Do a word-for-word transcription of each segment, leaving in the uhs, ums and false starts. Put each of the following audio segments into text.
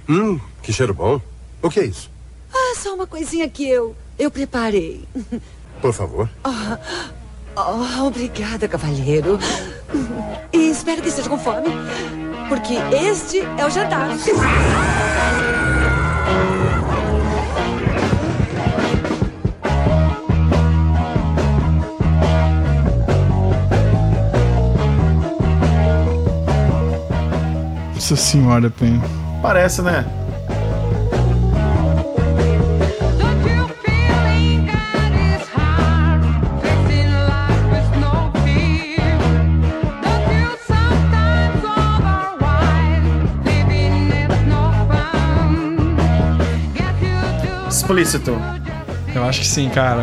Hum, que cheiro bom. O que é isso? Ah, só uma coisinha que eu... eu preparei. Por favor. Oh, oh, obrigada, cavalheiro. E espero que esteja com fome, porque este é o jantar. Nossa senhora, Penha. Parece, né? Explícito. Eu acho que sim, cara.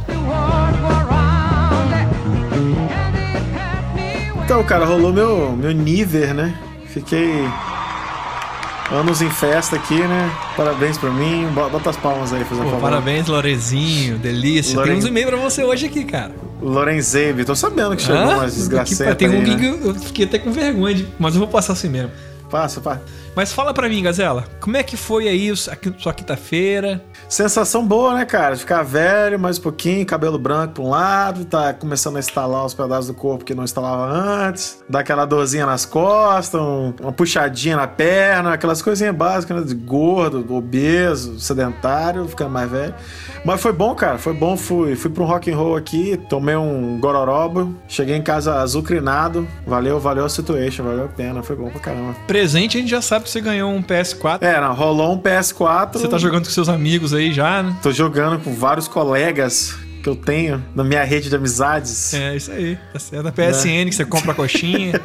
Então, cara, rolou meu, meu nível, né? Fiquei anos em festa aqui, né? Parabéns pra mim. Bota as palmas aí, fazendo favor. Parabéns, Lorenzinho. Delícia. Loren... Temos um e-mail pra você hoje aqui, cara. Lorenzeib. Tô sabendo que chegou ah? umas desgracetas. Tem um aí, que né? eu fiquei até com vergonha, de... mas eu vou passar assim mesmo. Passa, passa. Mas fala pra mim, Gazela, como é que foi aí a sua quinta-feira? Sensação boa, né, cara? De ficar velho mais um pouquinho, cabelo branco pra um lado, tá começando a instalar os pedaços do corpo que não instalava antes, dar aquela dorzinha nas costas, um, uma puxadinha na perna, aquelas coisinhas básicas, né? De gordo, obeso, sedentário, ficando mais velho. Mas foi bom, cara, foi bom. Fui, fui pra um rock and roll aqui, tomei um gororobo, cheguei em casa azucrinado. Valeu, valeu a situation, valeu a pena, foi bom pra caramba. Presente, a gente já sabe que você ganhou um P S quatro. É, não, rolou um P S quatro. Você tá jogando com seus amigos aí já, né? Tô jogando com vários colegas que eu tenho na minha rede de amizades. É, isso aí. É da P S N, é. Que você compra a coxinha.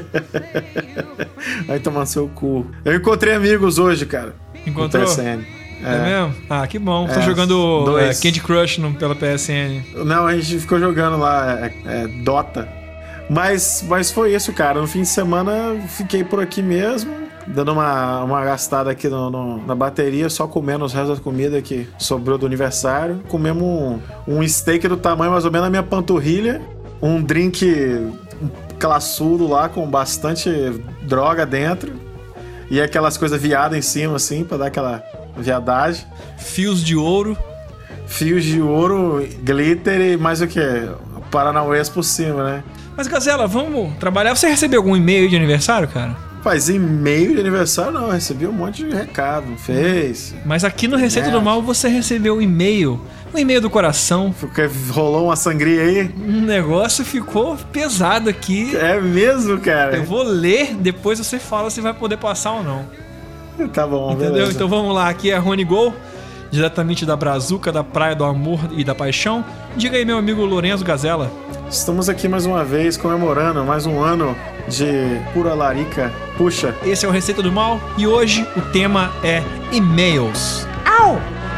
Vai tomar seu cu. Eu encontrei amigos hoje, cara. Encontrou? No P S N. É. é mesmo? Ah, que bom. É, tô jogando é, Candy Crush no, pela P S N. Não, a gente ficou jogando lá é, é, Dota. Mas, mas foi isso, cara. No fim de semana fiquei por aqui mesmo, dando uma, uma gastada aqui no, no, na bateria, só comendo os restos da comida que sobrou do aniversário. Comemos um, um steak do tamanho mais ou menos da minha panturrilha, um drink classudo lá com bastante droga dentro e aquelas coisas viadas em cima, assim, pra dar aquela viadagem. Fios de ouro. Fios de ouro, glitter e mais o que? Paranauês por cima, né? Mas, Gazela, vamos trabalhar. Você recebeu algum e-mail de aniversário, cara? Faz e-mail de aniversário, não. Eu recebi um monte de recado. Fez. Mas aqui no Receita é. do Mal você recebeu um e-mail. Um e-mail do coração. Porque rolou uma sangria aí. Um negócio ficou pesado aqui. É mesmo, cara? Eu vou ler, depois você fala se vai poder passar ou não. Tá bom, entendeu? Beleza. Então vamos lá. Aqui é a Rony Gol, diretamente da Brazuca, da Praia do Amor e da Paixão. Diga aí, meu amigo Lourenço Gazela. Estamos aqui mais uma vez comemorando mais um ano de pura larica. Puxa. Esse é o Receita do Mal e hoje o tema é e-mails. Au!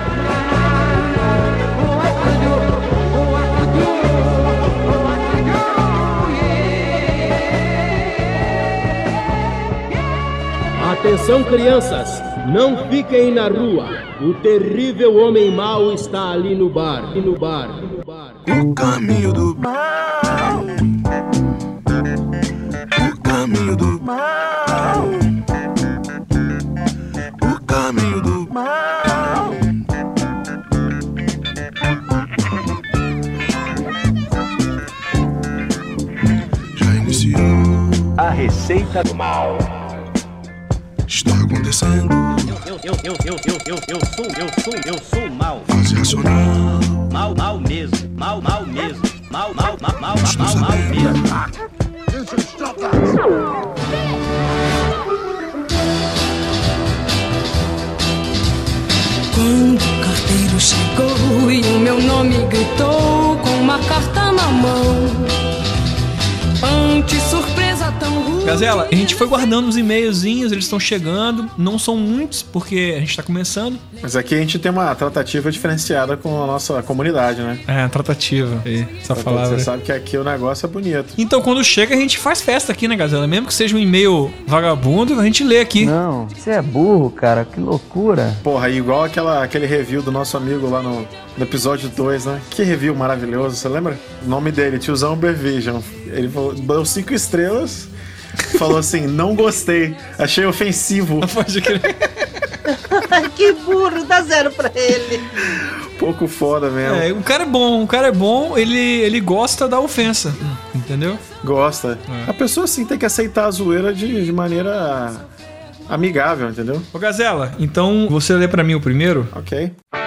Atenção, crianças, não fiquem na rua. O terrível homem mau está ali no bar, no bar, no bar. O caminho do mal. O caminho do mal. O caminho do mal. Já iniciou a Receita do Mal. Está acontecendo. Eu, eu, eu, eu, eu, eu, eu sou, eu sou, eu sou mal. Fase racional. Mal, mal mesmo. Mal, mal mesmo. Mal, mal, mal, mal, mal, mal mesmo. Quando o carteiro chegou e o meu nome gritou com uma carta na mão, ante surpresa tão ruim. Gazela, a gente foi guardando os e-mailzinhos, eles estão chegando, não são muitos porque a gente tá começando. Mas aqui a gente tem uma tratativa diferenciada com a nossa comunidade, né? É, tratativa, essa palavra. Você sabe que aqui o negócio é bonito. Então quando chega a gente faz festa aqui, né, Gazela? Mesmo que seja um e-mail vagabundo, a gente lê aqui. Não, você é burro, cara, que loucura. Porra, igual aquela, aquele review do nosso amigo lá no, no episódio dois, né? Que review maravilhoso, você lembra? O nome dele, Tiozão Bervision. Ele falou, deu cinco estrelas, falou assim, não gostei, achei ofensivo. Pode crer. Que burro, dá zero pra ele. Pouco foda mesmo. É, o cara é bom, o cara é bom, ele, ele gosta da ofensa, entendeu? Gosta. É. A pessoa, sim, tem que aceitar a zoeira de, de maneira amigável, entendeu? Ô, Gazela, então você lê pra mim o primeiro? Ok.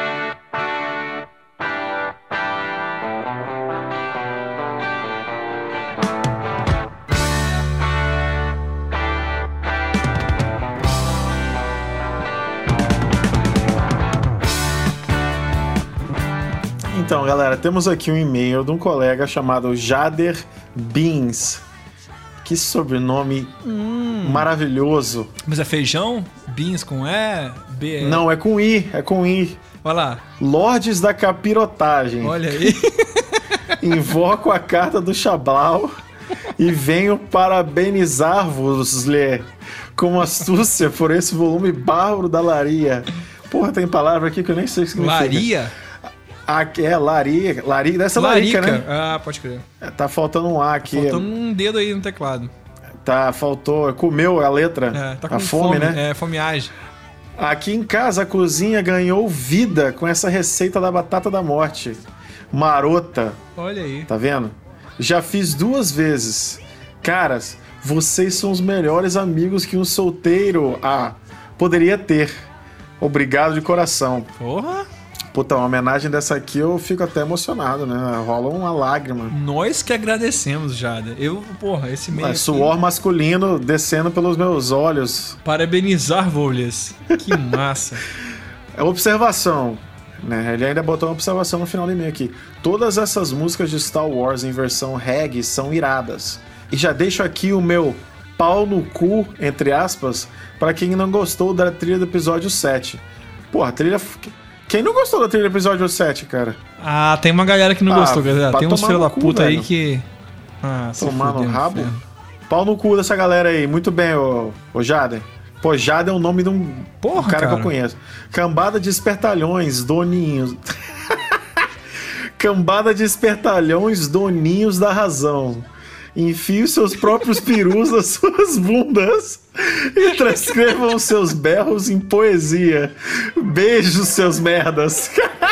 Então, galera, temos aqui um e-mail de um colega chamado Jader Beans. Que sobrenome hum. maravilhoso. Mas é feijão? Beans com E? B? Não, é com I, é com I. Olha lá. Lordes da Capirotagem. Olha aí. Invoco a carta do Chablau e venho parabenizar-vos-lhe com astúcia por esse volume bárbaro da Laria. Porra, tem palavra aqui que eu nem sei o que significa. Laria? Aqui é Larica, Larica, deve ser Larica, Larica, né? Ah, pode crer. Tá faltando um A aqui. Tá faltando um dedo aí no teclado. Tá, faltou, comeu a letra. É, tá com a fome, fome, né? É, fomeagem. Aqui em casa a cozinha ganhou vida com essa receita da batata da morte. Marota. Olha aí. Tá vendo? Já fiz duas vezes. Caras, vocês são os melhores amigos que um solteiro ah, poderia ter. Obrigado de coração. Porra! Puta, uma homenagem dessa aqui eu fico até emocionado, né? Rola uma lágrima. Nós que agradecemos, Jada. Eu, porra, esse meio. É, suor aqui... masculino descendo pelos meus olhos. Parabenizar, Volhas. Que massa. É observação, né? Ele ainda botou uma observação no final do e-mail aqui. Todas essas músicas de Star Wars em versão reggae são iradas. E já deixo aqui o meu pau no cu, entre aspas, pra quem não gostou da trilha do episódio sete. Porra, a trilha... Quem não gostou da trilha do episódio sete, cara? Ah, tem uma galera que não ah, gostou, galera. Tem uns filhos da puta velho. aí que... Ah, tomar no rabo? Inferno. Pau no cu dessa galera aí. Muito bem, ô, ô Jader. Pô, Jader é o nome de um, Porra, um cara, cara que eu conheço. Cambada de espertalhões, doninhos. Cambada de espertalhões, doninhos da razão. Enfie os seus próprios perus nas suas bundas e transcrevam os seus berros em poesia. Beijos, seus merdas.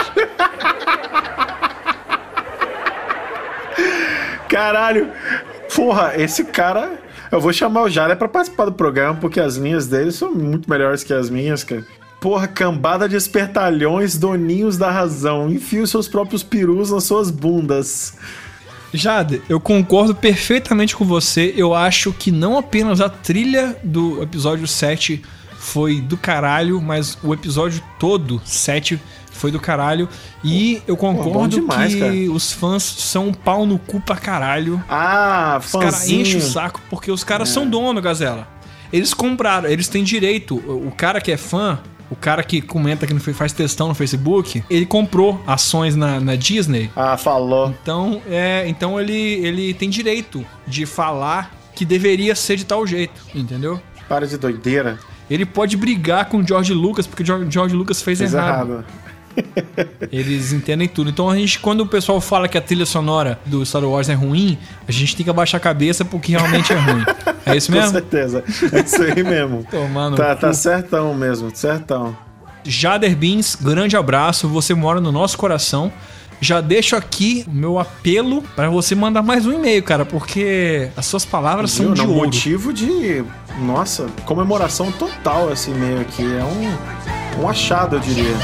Caralho. Porra, esse cara... Eu vou chamar o Jader pra participar do programa, porque as linhas dele são muito melhores que as minhas, cara. Porra, cambada de espertalhões, doninhos da razão. Enfie os seus próprios perus nas suas bundas. Jade, eu concordo perfeitamente com você. Eu acho que não apenas a trilha do episódio sete foi do caralho, mas o episódio todo, sete, foi do caralho. E eu concordo Pô, demais, que cara. Os fãs são um pau no cu pra caralho. Ah, Os caras enchem o saco porque os caras é. são dono, Gazela. Eles compraram, eles têm direito. O cara que é fã... O cara que comenta que faz textão no Facebook, ele comprou ações na, na Disney. Ah, falou. Então, é, então ele, ele tem direito de falar que deveria ser de tal jeito, entendeu? Para de doideira. Ele pode brigar com o George Lucas, porque o George, George Lucas fez, fez errado. errado. Eles entendem tudo. Então a gente, quando o pessoal fala que a trilha sonora do Star Wars é ruim, a gente tem que abaixar a cabeça porque realmente é ruim. É isso mesmo? Com certeza. É isso aí mesmo. Tomando tá, tá certão mesmo, certão. Jader Beans, grande abraço. Você mora no nosso coração. Já deixo aqui o meu apelo para você mandar mais um e-mail, cara, porque as suas palavras Viu? são de Não, ouro. Motivo de, nossa, comemoração total esse e-mail aqui. É um, um achado, eu diria.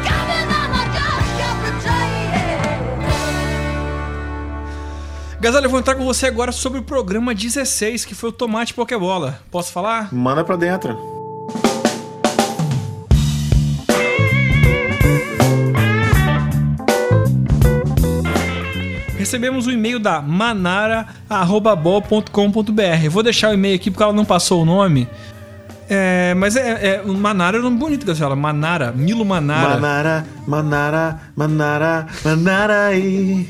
Gazela, eu vou entrar com você agora sobre o programa dezesseis, que foi o Tomate Pokébola. Posso falar? Manda pra dentro. Recebemos um e-mail da manara arroba bol ponto com ponto b r. Vou deixar o e-mail aqui porque ela não passou o nome. É, mas é, é Manara é um nome bonito, Gazela. Manara, Milo Manara. Manara, Manara, Manara, Manara aí.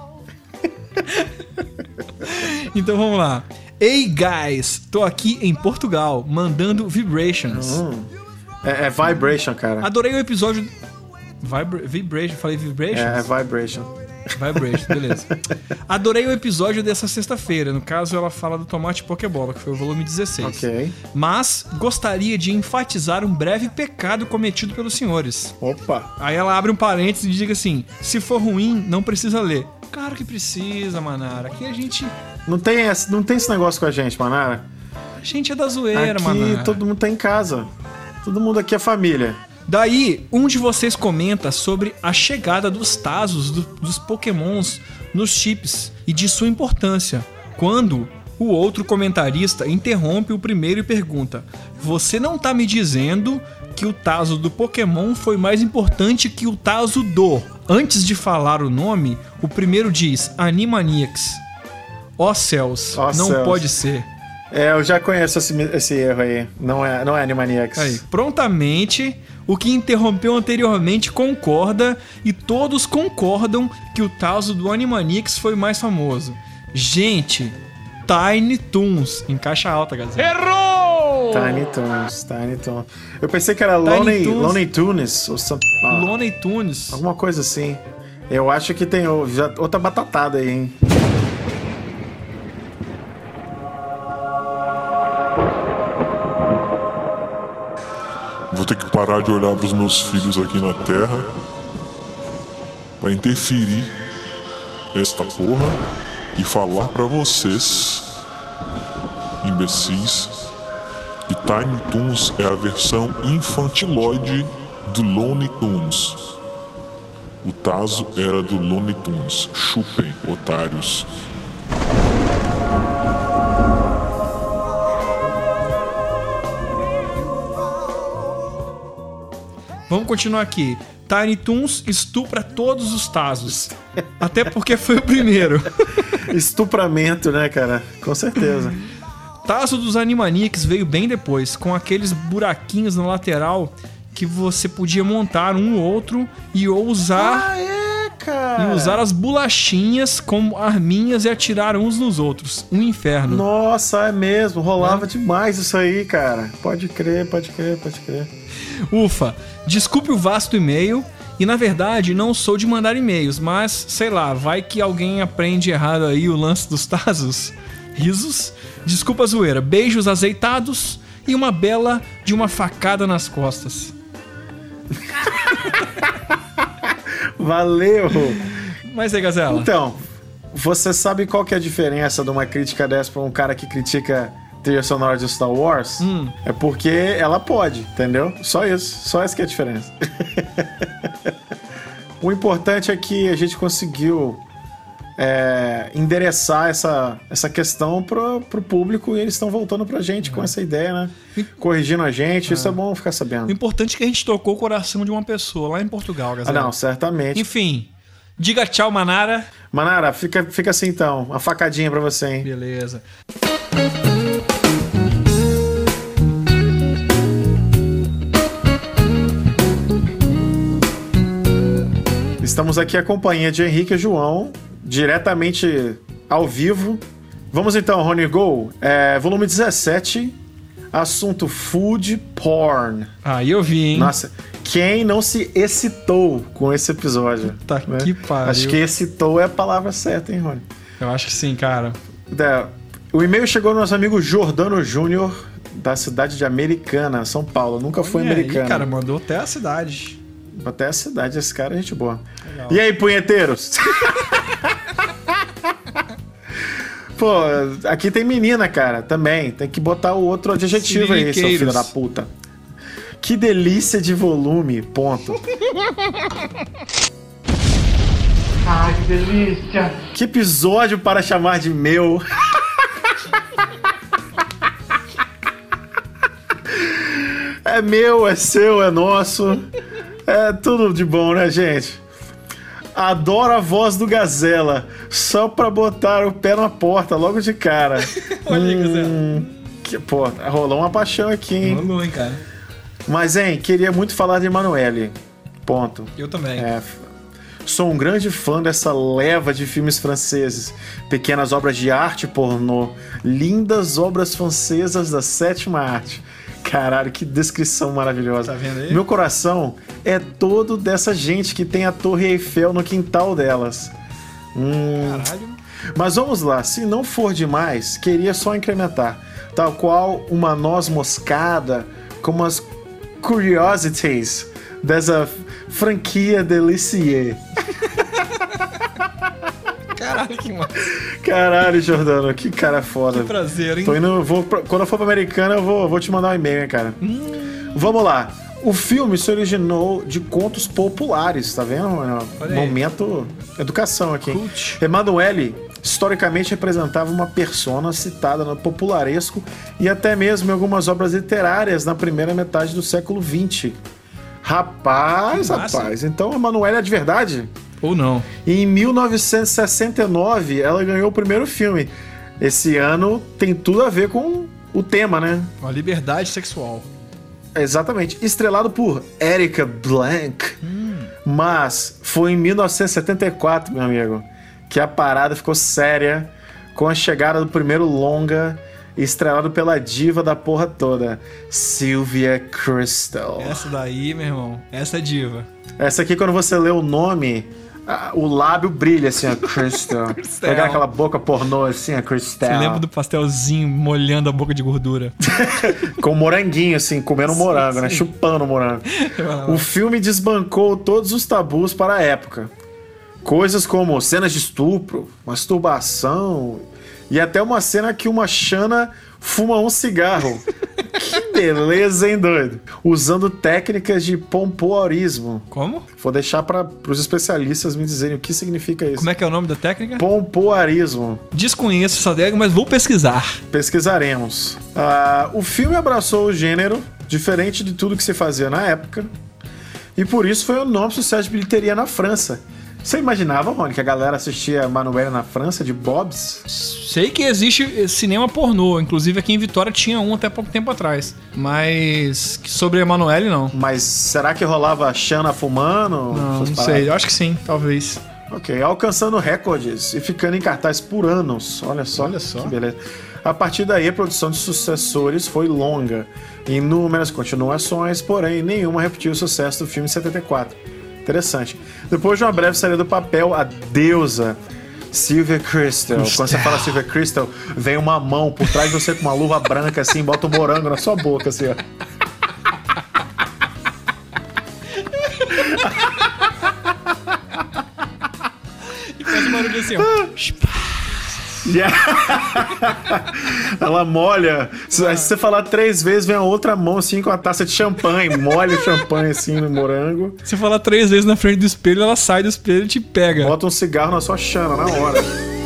Então vamos lá. Hey guys, tô aqui em Portugal, mandando Vibrations. Hum. É, é Vibration, cara. Adorei o episódio. Vibra... Vibration, falei Vibrations? É, é Vibration. Vibration, beleza. Adorei o episódio dessa sexta-feira. No caso, ela fala do Tomate Pokébola, que foi o volume dezesseis. Ok. Mas gostaria de enfatizar um breve pecado cometido pelos senhores. Opa! Aí ela abre um parênteses e diz assim: se for ruim, não precisa ler. Claro que precisa, Manara. Aqui a gente... Não tem esse, não tem esse negócio com a gente, Manara. A gente é da zoeira, aqui Manara. todo mundo tá em casa. Todo mundo aqui é família. Daí, um de vocês comenta sobre a chegada dos Tazos, do, dos Pokémons nos chips e de sua importância, quando o outro comentarista interrompe o primeiro e pergunta: você não tá me dizendo que o Tazo do Pokémon foi mais importante que o Tazo do... Antes de falar o nome, o primeiro diz Animaniacs. Ó céus, Ó não céus. pode ser. É, eu já conheço esse, esse erro aí. Não é, não é Animaniacs. Aí, prontamente, o que interrompeu anteriormente concorda e todos concordam que o Tazo do Animaniacs foi mais famoso. Gente, Tiny Toons, em caixa alta, galera. Errou! Tiny Toons, Tiny Toons. Eu pensei que era Lonely, Toons. Lonely Tunes. Ou some, ah, Looney Tunes. alguma coisa assim. Eu acho que tem o- já, outra batatada aí, hein? Vou ter que parar de olhar pros meus filhos aqui na Terra pra interferir esta porra e falar pra vocês, imbecis, que Tiny Toons é a versão infantiloide do Looney Tunes. O Tazo era do Looney Tunes. Chupem, otários. Vamos continuar aqui. Tiny Toons estupra todos os Tazos. Até porque foi o primeiro. Estupramento, né, cara? Com certeza. Tazo dos Animaniacs veio bem depois, com aqueles buraquinhos na lateral que você podia montar um ou outro e ou usar, Ah, é, cara? e usar as bolachinhas como arminhas e atirar uns nos outros. Um inferno. Nossa, é mesmo. Rolava demais isso aí, cara. Pode crer, pode crer, pode crer. Ufa, desculpe o vasto e-mail. E na verdade não sou de mandar e-mails, mas sei lá, vai que alguém aprende errado aí o lance dos Tazos. Risos. Desculpa a zoeira. Beijos azeitados e uma bela de uma facada nas costas. Valeu! Mas aí, Gazela. Então, você sabe qual que é a diferença de uma crítica dessa pra um cara que critica trilha sonora de Star Wars? Hum. É porque ela pode, entendeu? Só isso. Só essa que é a diferença. O importante é que a gente conseguiu é, endereçar essa, essa questão pro, pro público e eles estão voltando pra gente com essa ideia, né? Corrigindo a gente, isso é bom ficar O sabendo. importante é que a gente tocou o coração de uma pessoa lá em Portugal, Ah, Gazela. não, certamente. Enfim, diga tchau, Manara. Manara, fica, fica assim então. Uma facadinha pra você, hein? Beleza. Estamos aqui a companhia de Henrique e João, diretamente ao vivo. Vamos então, Rony Go. É, volume dezessete, assunto food porn. Aí eu vi, hein? Nossa, quem não se excitou com esse episódio? Puta que pariu. Acho que excitou é a palavra certa, hein, Rony? Eu acho que sim, cara. É, o e-mail chegou do nosso amigo Jordano Júnior, da cidade de Americana, São Paulo. Nunca foi E americano. aí, cara, mandou até a cidade. Até a cidade, esse cara é gente boa. Legal. E aí, punheteiros? Pô, aqui tem menina, cara, também. Tem que botar o outro adjetivo aí, seu Siririqueiros. filho da puta. Que delícia de volume, ponto. Ai, que delícia! Que episódio para chamar de meu. É meu, é seu, é nosso. É tudo de bom, né, gente? Adoro a voz do Gazela. Só pra botar o pé na porta logo de cara. Olha aí, Gazela. Hum, que, pô, rolou uma paixão aqui, hein? Mandou, hein, cara. Mas, hein, queria muito falar de Emanuele. Ponto. Eu também. É, f- sou um grande fã dessa leva de filmes franceses. Pequenas obras de arte pornô. Lindas obras francesas da sétima arte. Caralho, que descrição maravilhosa. Tá vendo aí? Meu coração é todo dessa gente que tem a Torre Eiffel no quintal delas. Hum. Caralho. Mas vamos lá, se não for demais, queria só incrementar. Tal qual uma noz moscada, como as curiosities dessa franquia Delicier. Caralho, que massa. Caralho, Jordano, que cara foda. Que prazer, hein? Tô indo, vou, pra- quando eu for pra Americana, eu vou, vou te mandar um e-mail, hein, cara. Hum. Vamos lá. O filme se originou de contos populares, tá vendo? mano? Olha aí. Momento educação aqui. hein? Cult. Emanuele historicamente representava uma persona citada no popularesco e até mesmo em algumas obras literárias na primeira metade do século vinte. Rapaz, Que massa. rapaz, então Emanuele é de verdade? Ou não. E em mil novecentos e sessenta e nove ela ganhou o primeiro filme. Esse ano tem tudo a ver com o tema, né? Uma liberdade sexual. Exatamente. Estrelado por Erika Blank. Hum. Mas foi em mil novecentos e setenta e quatro, meu amigo, que a parada ficou séria com a chegada do primeiro longa estrelado pela diva da porra toda, Sylvia Crystal. Essa daí, meu irmão. Essa é diva. Essa aqui, quando você lê o nome, a- o lábio brilha assim, ó, Crystal. Crystal. Pegar aquela boca pornô assim, a Crystal. Você lembra do pastelzinho molhando a boca de gordura? Com moranguinho, assim, comendo Sim, morango, né? sim. Chupando morango. O filme desbancou todos os tabus para a época. Coisas como cenas de estupro, masturbação e até uma cena que uma Xana fuma um cigarro. Que beleza, hein, doido? Usando técnicas de pompoarismo. Como? Vou deixar para os especialistas me dizerem o que significa isso. Como é que é o nome da técnica? Pompoarismo. Desconheço essa técnica, mas vou pesquisar. Pesquisaremos. Ah, o filme abraçou o gênero, diferente de tudo que se fazia na época, e por isso foi um enorme sucesso de bilheteria na França. Você imaginava, Rony, que a galera assistia Manuela na França, de Bob's? Sei que existe cinema pornô, inclusive aqui em Vitória tinha um até pouco tempo atrás. Mas sobre Emanuele, não. Mas será que rolava Xana fumando? Não, Essas não paradas? sei. Eu acho que sim, talvez. Ok, alcançando recordes e ficando em cartaz por anos. Olha só, Olha só. que beleza. A partir daí, a produção de sucessores foi longa. Inúmeras continuações, porém, nenhuma repetiu o sucesso do filme em setenta e quatro. Interessante. Depois de uma breve saída do papel, a deusa Sylvia Crystal. Crystal. Quando você fala Sylvia Crystal, vem uma mão por trás de você com uma luva branca assim, bota um morango na sua boca, assim, ó. E faz um barulho assim, ó. Yeah. Ela molha. Se, se você falar três vezes, vem a outra mão assim com a taça de champanhe. Molha o champanhe assim no morango. Se falar três vezes na frente do espelho, ela sai do espelho e te pega. Bota um cigarro na sua Xana na hora.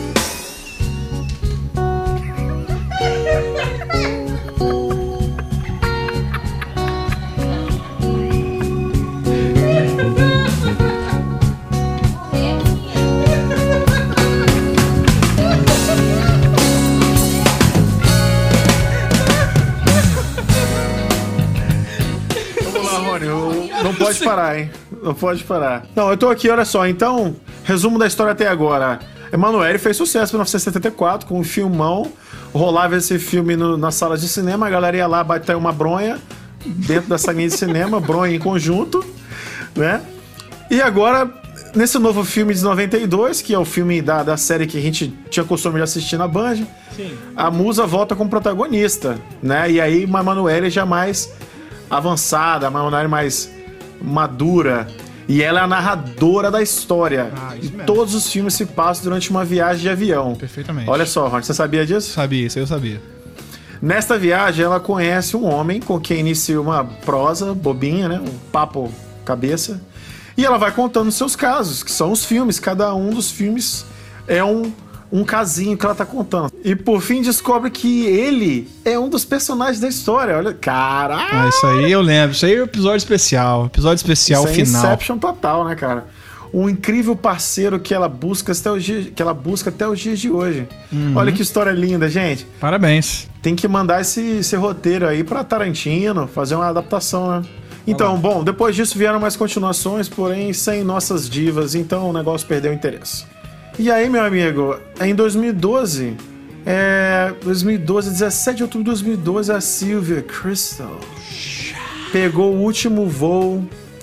Vamos lá, Rony. eu- Não pode parar, hein? Não pode parar. Não, eu tô aqui, olha só. Então, resumo da história até agora. Emanuele fez sucesso em mil novecentos e setenta e quatro com um filmão. Rolava esse filme no, na sala de cinema, a galera ia lá bater uma bronha dentro da salinha de cinema, bronha em conjunto, né? E agora, nesse novo filme de noventa e dois, que é o filme da, da série que a gente tinha costume de assistir na Band, Sim. a Musa volta como protagonista, né? E aí uma Emanuele já mais avançada, uma Emanuele mais madura. E ela é a narradora da história. Ah, e isso mesmo. todos os filmes se passam durante uma viagem de avião. Perfeitamente. Olha só, Ron, você sabia disso? Sabia, isso eu sabia. Nesta viagem, ela conhece um homem com quem inicia uma prosa bobinha, né? Um papo cabeça. E ela vai contando seus casos, que são os filmes. Cada um dos filmes é um, um casinho que ela tá contando. E por fim descobre que ele é um dos personagens da história. Olha, caralho! Ah, isso aí eu lembro. Isso aí é o episódio especial. Episódio especial Isso é final. Inception total, né, cara? Um incrível parceiro que ela busca até os dias, que ela busca até os dias de hoje. Uhum. Olha que história linda, gente. Parabéns. Tem que mandar esse, esse roteiro aí pra Tarantino, fazer uma adaptação, né? Então, bom, depois disso vieram mais continuações, porém sem nossas divas, então o negócio perdeu o interesse. E aí, meu amigo, em dois mil e doze, é, dois mil e doze, dezessete de outubro de dois mil e doze, a Sylvia Crystal pegou o último voo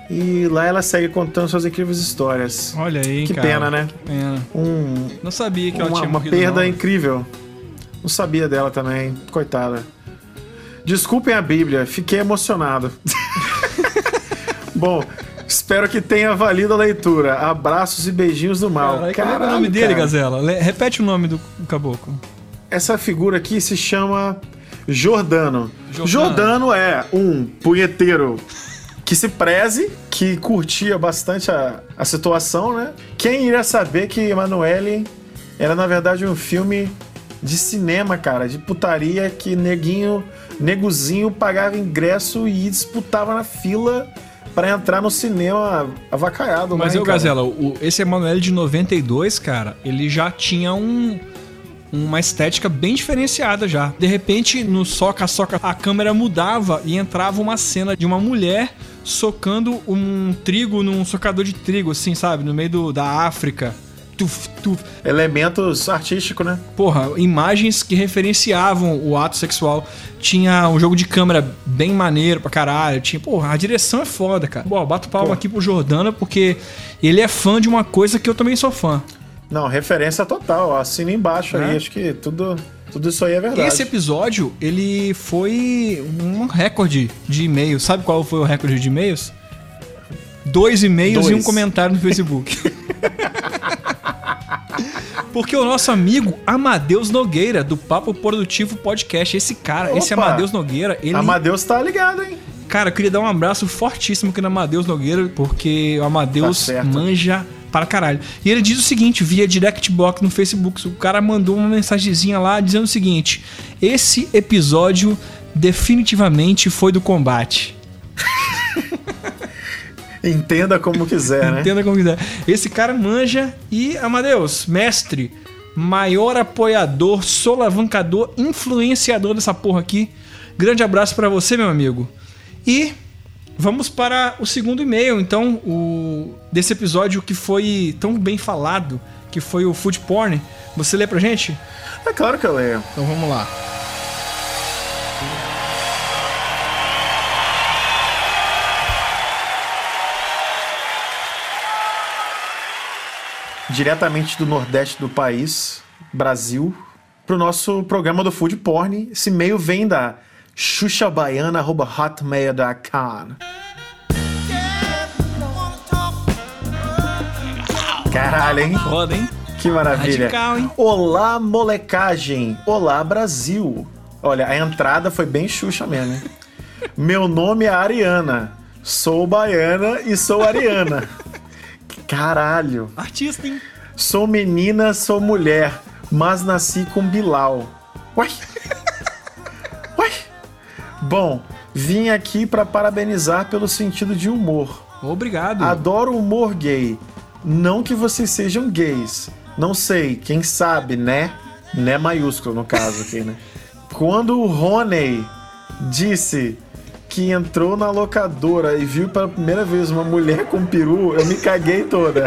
E lá ela segue contando suas incríveis histórias. Olha aí, que cara. pena, né? Que pena. Um, não sabia que ela uma, tinha uma morrido, perda não. incrível. Não sabia dela também. Coitada. Desculpem a Bíblia, fiquei emocionado. Bom, espero que tenha valido a leitura. Abraços e beijinhos do mal. Caralho, Caralho, qual é o nome dele, cara. Gazela? Le- Repete o nome do caboclo. Essa figura aqui se chama Jordano. Jordano. Jordano é um punheteiro que se preze, que curtia bastante a, a situação, né? Quem iria saber que Emanuele era, na verdade, um filme de cinema, cara, de putaria, que neguinho, negozinho pagava ingresso e disputava na fila pra entrar no cinema avacaiado. Mas né, eu, cara? Gazela, o, esse Emanuele de noventa e dois, cara, ele já tinha um... uma estética bem diferenciada já. De repente, no soca-soca, a câmera mudava e entrava uma cena de uma mulher socando um trigo num socador de trigo, assim, sabe? No meio do, da África. Tuf, tuf. Elementos artísticos, né? Porra, imagens que referenciavam o ato sexual. Tinha um jogo de câmera bem maneiro pra caralho. Tinha, porra, a direção é foda, cara. Bom, bato palma Porra. aqui pro Jordano porque ele é fã de uma coisa que eu também sou fã. Não, referência total. Assina embaixo É? aí. Acho que tudo, tudo isso aí é verdade. Esse episódio, ele foi um recorde de e-mails. Sabe qual foi o recorde de e-mails? Dois e-mails Dois. e um comentário no Facebook. Porque o nosso amigo Amadeus Nogueira, do Papo Produtivo Podcast, esse cara, esse Opa! Amadeus Nogueira, ele... Amadeus tá ligado, hein? Cara, eu queria dar um abraço fortíssimo aqui no Amadeus Nogueira, porque o Amadeus Tá certo. manja para caralho. E ele diz o seguinte, via direct box no Facebook, o cara mandou uma mensagenzinha lá dizendo o seguinte: esse episódio definitivamente foi do combate. Entenda como quiser, né? Entenda como quiser. Esse cara manja e, Amadeus, mestre, maior apoiador, solavancador, influenciador dessa porra aqui. Grande abraço pra você, meu amigo. E vamos para o segundo e-mail, então, o, desse episódio que foi tão bem falado, que foi o Food Porn. Você lê pra gente? É claro que eu leio. Então vamos lá. Diretamente do Nordeste do país, Brasil, pro nosso programa do Food Porn. Esse e-mail vem da xuxabaiana arroba hotmail ponto com. Caralho, hein? Foda, hein? Que maravilha. Radical, hein? Olá, molecagem. Olá, Brasil. Olha, a entrada foi bem Xuxa mesmo, hein? Meu nome é Ariana. Sou baiana e sou ariana. Caralho. Artista, hein? Sou menina, sou mulher, mas nasci com Bilal. Uai. Uai. Bom, vim aqui pra parabenizar pelo sentido de humor. Obrigado. Adoro humor gay. Não que vocês sejam gays. Não sei, quem sabe, né? Né maiúsculo no caso aqui, né? Quando o Rony disse que entrou na locadora e viu pela primeira vez uma mulher com peru, eu me caguei toda.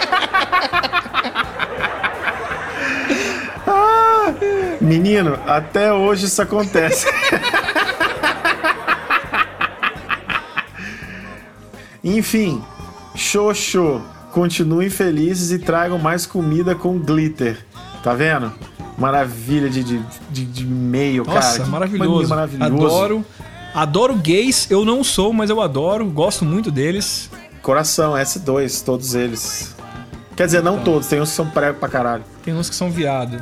Ah, menino, até hoje isso acontece. Enfim, show, show. Continuem felizes e tragam mais comida com glitter. Tá vendo? Maravilha de, de, de, de e-mail, cara. Nossa, Que maravilhoso. maravilhoso. Adoro. Adoro gays. Eu não sou, mas eu adoro. Gosto muito deles. Coração, S dois, todos eles. Quer dizer, não todos, tem uns que são prego pra caralho. Tem uns que são viado.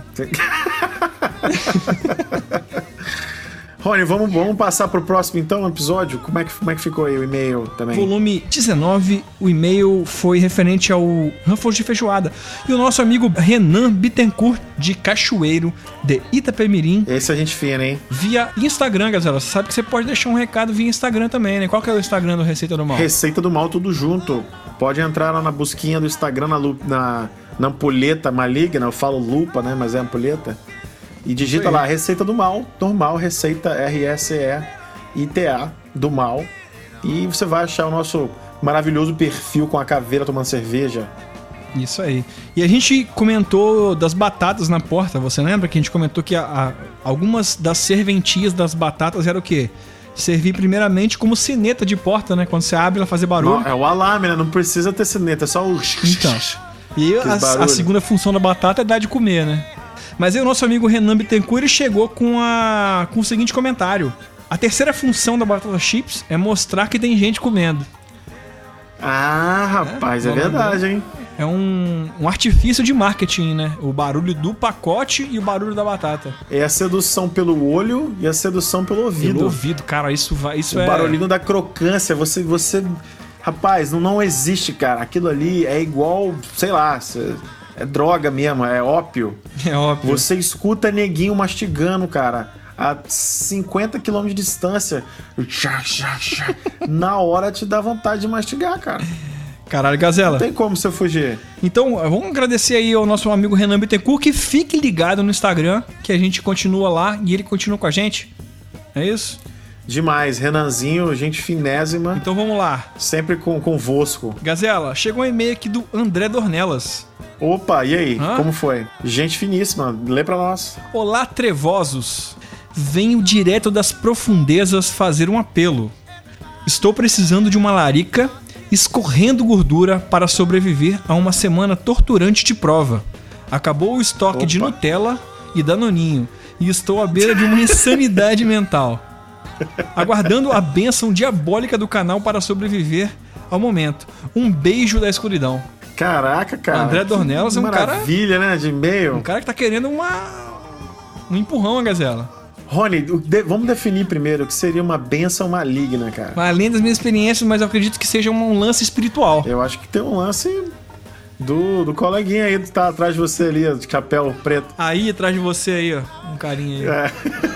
Rony, vamos, vamos passar pro próximo então episódio? Como é que, como é que ficou aí o e-mail também? Volume dezenove, o e-mail foi referente ao Ruffles de Feijoada. E o nosso amigo Renan Bittencourt, de Cachoeiro, de Itapemirim. Esse a gente fina, hein? Via Instagram, galera. Você sabe que você pode deixar um recado via Instagram também, né? Qual que é o Instagram do Receita do Mal? Receita do Mal, tudo junto. Pode entrar lá na busquinha do Instagram, na, lu- na, na ampulheta maligna. Eu falo lupa, né? Mas é ampulheta. E digita lá, Receita do Mal, normal, Receita R S E I T A do Mal. E você vai achar o nosso maravilhoso perfil com a caveira tomando cerveja. Isso aí. E a gente comentou das batatas na porta. Você lembra que a gente comentou que a, a, algumas das serventias das batatas era o quê? servir primeiramente como sineta de porta, né? Quando você abre, ela fazer barulho. Não, é o alarme, né? Não precisa ter sineta, é só o... Então. E a, a segunda função da batata é dar de comer, né? Mas aí o nosso amigo Renan Bittencourt chegou com, a, com o seguinte comentário. A terceira função da batata chips é mostrar que tem gente comendo. Ah, rapaz, é, é verdade, hein? É um, um artifício de marketing, né? O barulho do pacote e o barulho da batata. É a sedução pelo olho e a sedução pelo ouvido. Pelo ouvido, cara, isso vai, isso o é... O barulhinho da crocância, você... você... Rapaz, não, não existe, cara. Aquilo ali é igual, sei lá, é droga mesmo, é ópio. É ópio. Você escuta neguinho mastigando, cara, a cinquenta quilômetros de distância. Na hora te dá vontade de mastigar, cara. Caralho, Gazela. Não tem como você fugir. Então, vamos agradecer aí ao nosso amigo Renan Bittencourt, que fique ligado no Instagram, que a gente continua lá e ele continua com a gente. É isso? Demais, Renanzinho, gente finésima. Então vamos lá. Sempre com, convosco. Gazela, chegou um e-mail aqui do André Dornelas. Opa, e aí? Hã? Como foi? Gente finíssima, lê pra nós. Olá, trevosos. Venho direto das profundezas fazer um apelo. Estou precisando de uma larica escorrendo gordura para sobreviver a uma semana torturante de prova. Acabou o estoque Opa. de Nutella e Danoninho e estou à beira de uma insanidade mental. Aguardando a bênção diabólica do canal para sobreviver ao momento. Um beijo da escuridão. Caraca, cara. André Dornelas é um cara... Maravilha, né? De e-mail. Um cara que tá querendo uma... um empurrão, a Gazela. Rony, de... vamos definir primeiro o que seria uma bênção maligna, cara. Além das minhas experiências, mas eu acredito que seja um lance espiritual. Eu acho que tem um lance... Do, do coleguinha aí que tá atrás de você ali, de chapéu preto. Aí, atrás de você aí, ó. Um carinha aí. É.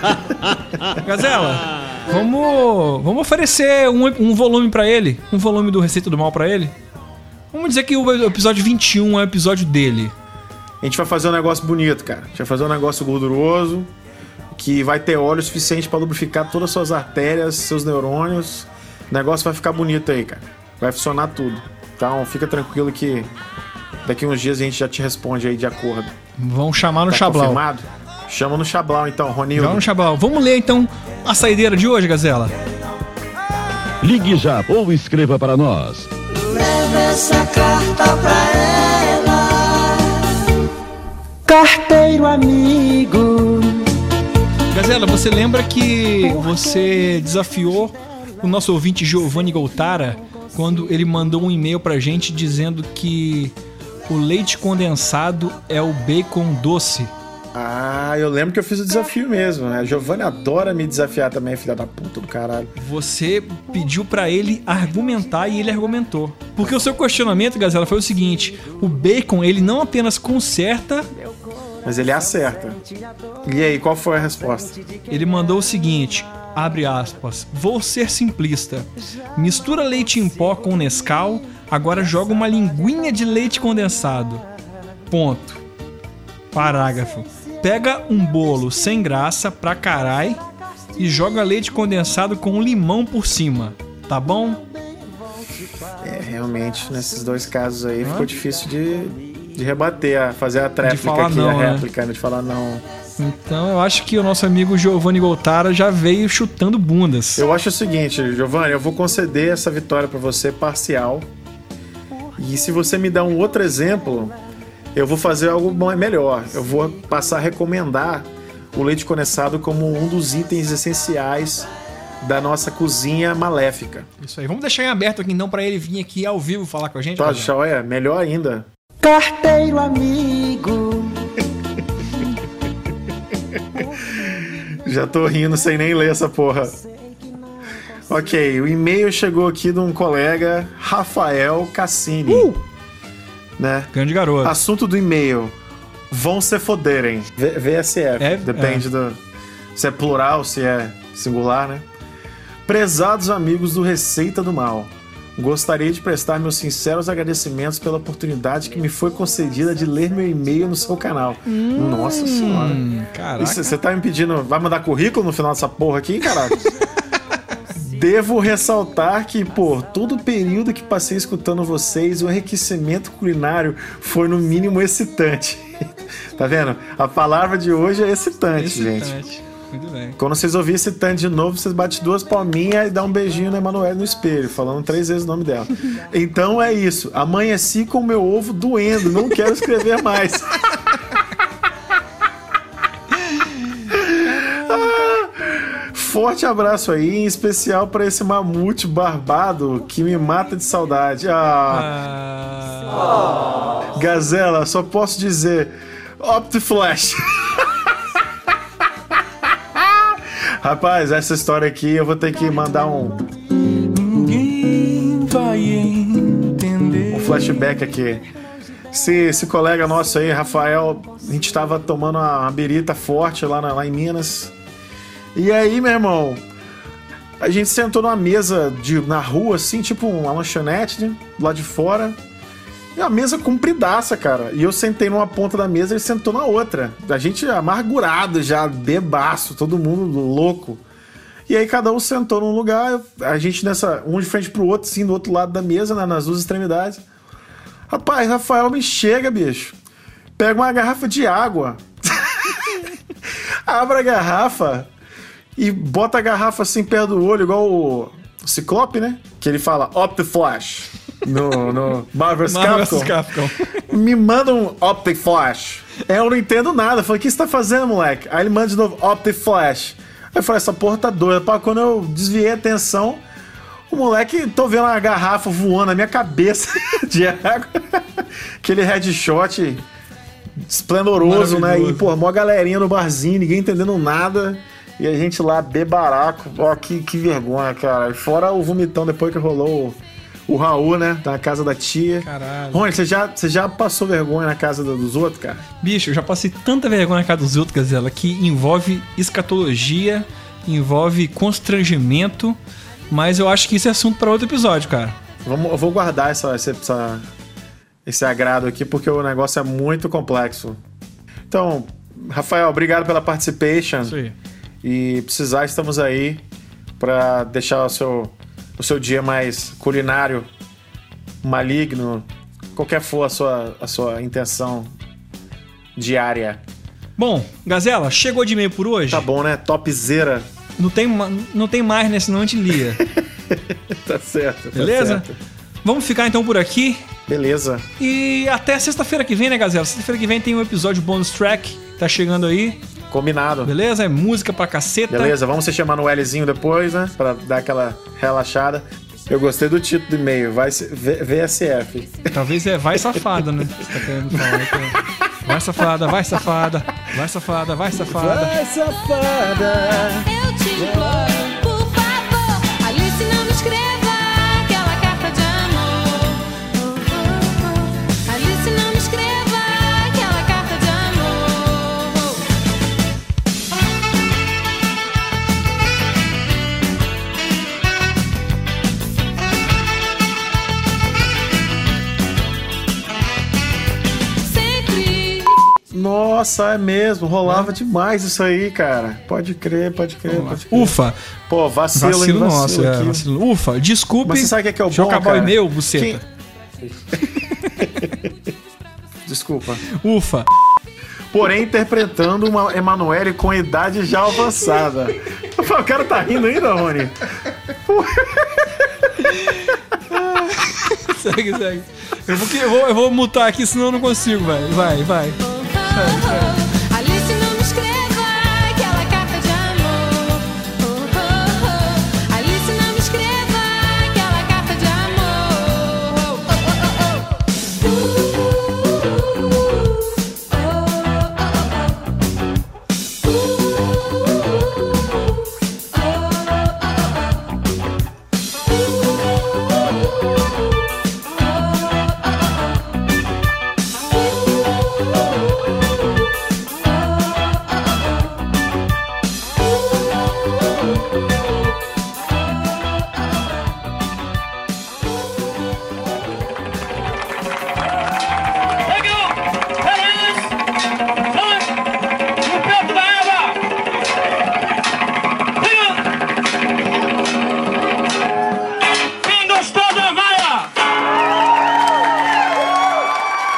Gazela, vamos, vamos oferecer um, um volume pra ele. Um volume do Receita do Mal pra ele. Vamos dizer que o episódio vinte e um é o episódio dele. A gente vai fazer um negócio bonito, cara. A gente vai fazer um negócio gorduroso, que vai ter óleo suficiente pra lubrificar todas as suas artérias, seus neurônios. O negócio vai ficar bonito aí, cara. Vai funcionar tudo. Então, fica tranquilo que... Daqui uns dias a gente já te responde aí de acordo. Vão chamar no tá Chablau. Confirmado? Chama no Chablau então, Ronildo. Chama no Chablau. Vamos ler então a saideira de hoje, Gazela. Ligue já ou escreva para nós. Leve essa carta pra ela. Carteiro amigo. Gazela, você lembra que você desafiou o nosso ouvinte Giovanni Goltara quando ele mandou um e-mail pra gente dizendo que o leite condensado é o bacon doce? Ah, eu lembro que eu fiz o desafio mesmo, né? A Giovanni adora me desafiar também, filha da puta do caralho. Você pediu pra ele argumentar e ele argumentou. Porque o seu questionamento, Gazela, foi o seguinte: o bacon, ele não apenas conserta... Mas ele acerta. E aí, qual foi a resposta? Ele mandou o seguinte... Abre aspas. Vou ser simplista. Mistura leite em pó com Nescau, agora joga uma linguinha de leite condensado. Ponto. Parágrafo. Pega um bolo sem graça pra carai e joga leite condensado com limão por cima. Tá bom? É, realmente, nesses dois casos aí Hã? ficou difícil de, de rebater, a fazer a tréplica aqui, não, a né? réplica, né? De falar não. Então eu acho que o nosso amigo Giovanni Goltara já veio chutando bundas. Eu acho o seguinte, Giovanni, eu vou conceder essa vitória pra você parcial. E se você me dá um outro exemplo, eu vou fazer algo melhor. Eu vou passar a recomendar o leite condensado como um dos itens essenciais da nossa cozinha maléfica. Isso aí. Vamos deixar em aberto aqui então pra ele vir aqui ao vivo falar com a gente. Pode, olha, melhor ainda. Carteiro amigo. Já tô rindo sem nem ler essa porra. Ok, o e-mail chegou aqui de um colega, Rafael Cassini. Uh! Né? Grande garoto. Assunto do e-mail: vão se foderem. V- VSF. É, Depende é. do... se é plural, se é singular, né? Prezados amigos do Receita do Mal, gostaria de prestar meus sinceros agradecimentos pela oportunidade que me foi concedida de ler meu e-mail no seu canal. Hum, Nossa senhora. Caraca. Você tá me pedindo... Vai mandar currículo no final dessa porra aqui, caralho? Devo ressaltar que, por todo o período que passei escutando vocês, o enriquecimento culinário foi no mínimo excitante. Tá vendo? A palavra de hoje é excitante, excitante. gente. Muito bem. Quando vocês ouvirem esse tanto de novo, vocês batem duas palminhas e dão um beijinho na Emanuele no espelho, falando três vezes o nome dela. Então é isso. Amanheci com o meu ovo doendo, não quero escrever mais. Forte abraço aí, em especial pra esse mamute barbado que me mata de saudade. Ah. Ah. Gazela, só posso dizer Optiflash. Rapaz, essa história aqui eu vou ter que mandar um Ninguém vai entender. um flashback aqui. Esse, esse colega nosso aí, Rafael, a gente tava tomando uma, uma birita forte lá, na, lá em Minas. E aí, meu irmão, a gente sentou numa mesa de, na rua, assim, tipo uma lanchonete, né, lá de fora. E uma mesa compridaça, cara. E eu sentei numa ponta da mesa e ele sentou na outra. A gente amargurado já, bebaço, todo mundo louco. E aí cada um sentou num lugar, a gente nessa, um de frente pro outro, assim, do outro lado da mesa, né, nas duas extremidades. Rapaz, Rafael me chega, bicho. Pega uma garrafa de água. Abre a garrafa e bota a garrafa assim perto do olho, igual o Ciclope, né? Que ele fala Optiflash no, no Marvel's Capcom. Capcom. Me manda um Optiflash. Eu não entendo nada. Eu falei, o que você tá fazendo, moleque? Aí ele manda de novo Optiflash. Aí eu falei, essa porra tá doida. Pá, quando eu desviei a atenção, o moleque, tô vendo uma garrafa voando na minha cabeça de água. Aquele headshot esplendoroso, né? E, porra, mó galerinha no barzinho, ninguém entendendo nada. E a gente lá, bebaraco. Ó, que, que vergonha, cara. E fora o vomitão depois que rolou o, o Raul, né? Na casa da tia. Caralho. Rony, você já, você já passou vergonha na casa dos outros, cara? Bicho, eu já passei tanta vergonha na casa dos outros, Gazela, que envolve escatologia, envolve constrangimento, mas eu acho que isso é assunto para outro episódio, cara. Vamos, eu vou guardar essa, essa, esse agrado aqui, porque o negócio é muito complexo. Então, Rafael, obrigado pela participation. Isso aí. E precisar, estamos aí para deixar o seu, o seu dia mais culinário, maligno, qualquer for a sua, a sua intenção diária. Bom, Gazela, chegou de e-mail por hoje? Tá bom, né? Topzera. Não tem, não tem mais, né? Senão a gente lia. Tá certo. Beleza? Tá certo. Vamos ficar então por aqui. Beleza. E até sexta-feira que vem, né, Gazela? Sexta-feira que vem tem um episódio bonus track. Tá chegando aí. Combinado. Beleza? É música pra caceta. Beleza, vamos se chamar no Lzinho depois, né? Pra dar aquela relaxada. Eu gostei do título do e-mail, vai V S F. Talvez é Vai Safada, né? Você tá querendo falar que... Vai safada, vai safada, vai safada, vai safada. Vai safada. Eu te imploro, por favor, Alice, não me escreva aquela carta de amor. Alice, não me escreva aquela carta de amor. Sempre. Nossa, é mesmo, rolava é. demais isso aí, cara. Pode crer, pode crer, pode crer. Ufa. Pô, vacilo, vacilo, hein, nosso, vacilo é, vacilo. Ufa, desculpe. Mas você sabe o que é, que é o Deixa bom, eu acabar cara? o e-mail, buceta. Quem... Desculpa. Ufa. Porém, interpretando uma Emanuele com idade já avançada. O cara tá rindo ainda, Rony? Segue, segue. Eu vou, eu, vou, eu vou mutar aqui, senão eu não consigo, velho. Vai, vai. Segue, segue. Alice, não me escreva aquela carta de amor. Alice, não me escreva aquela carta de amor.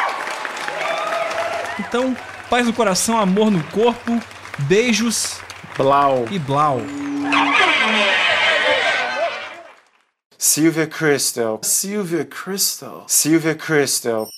Então, paz no coração, amor no corpo, beijos Blau. E Blau. Sylvia Crystal. Sylvia Crystal. Sylvia Crystal.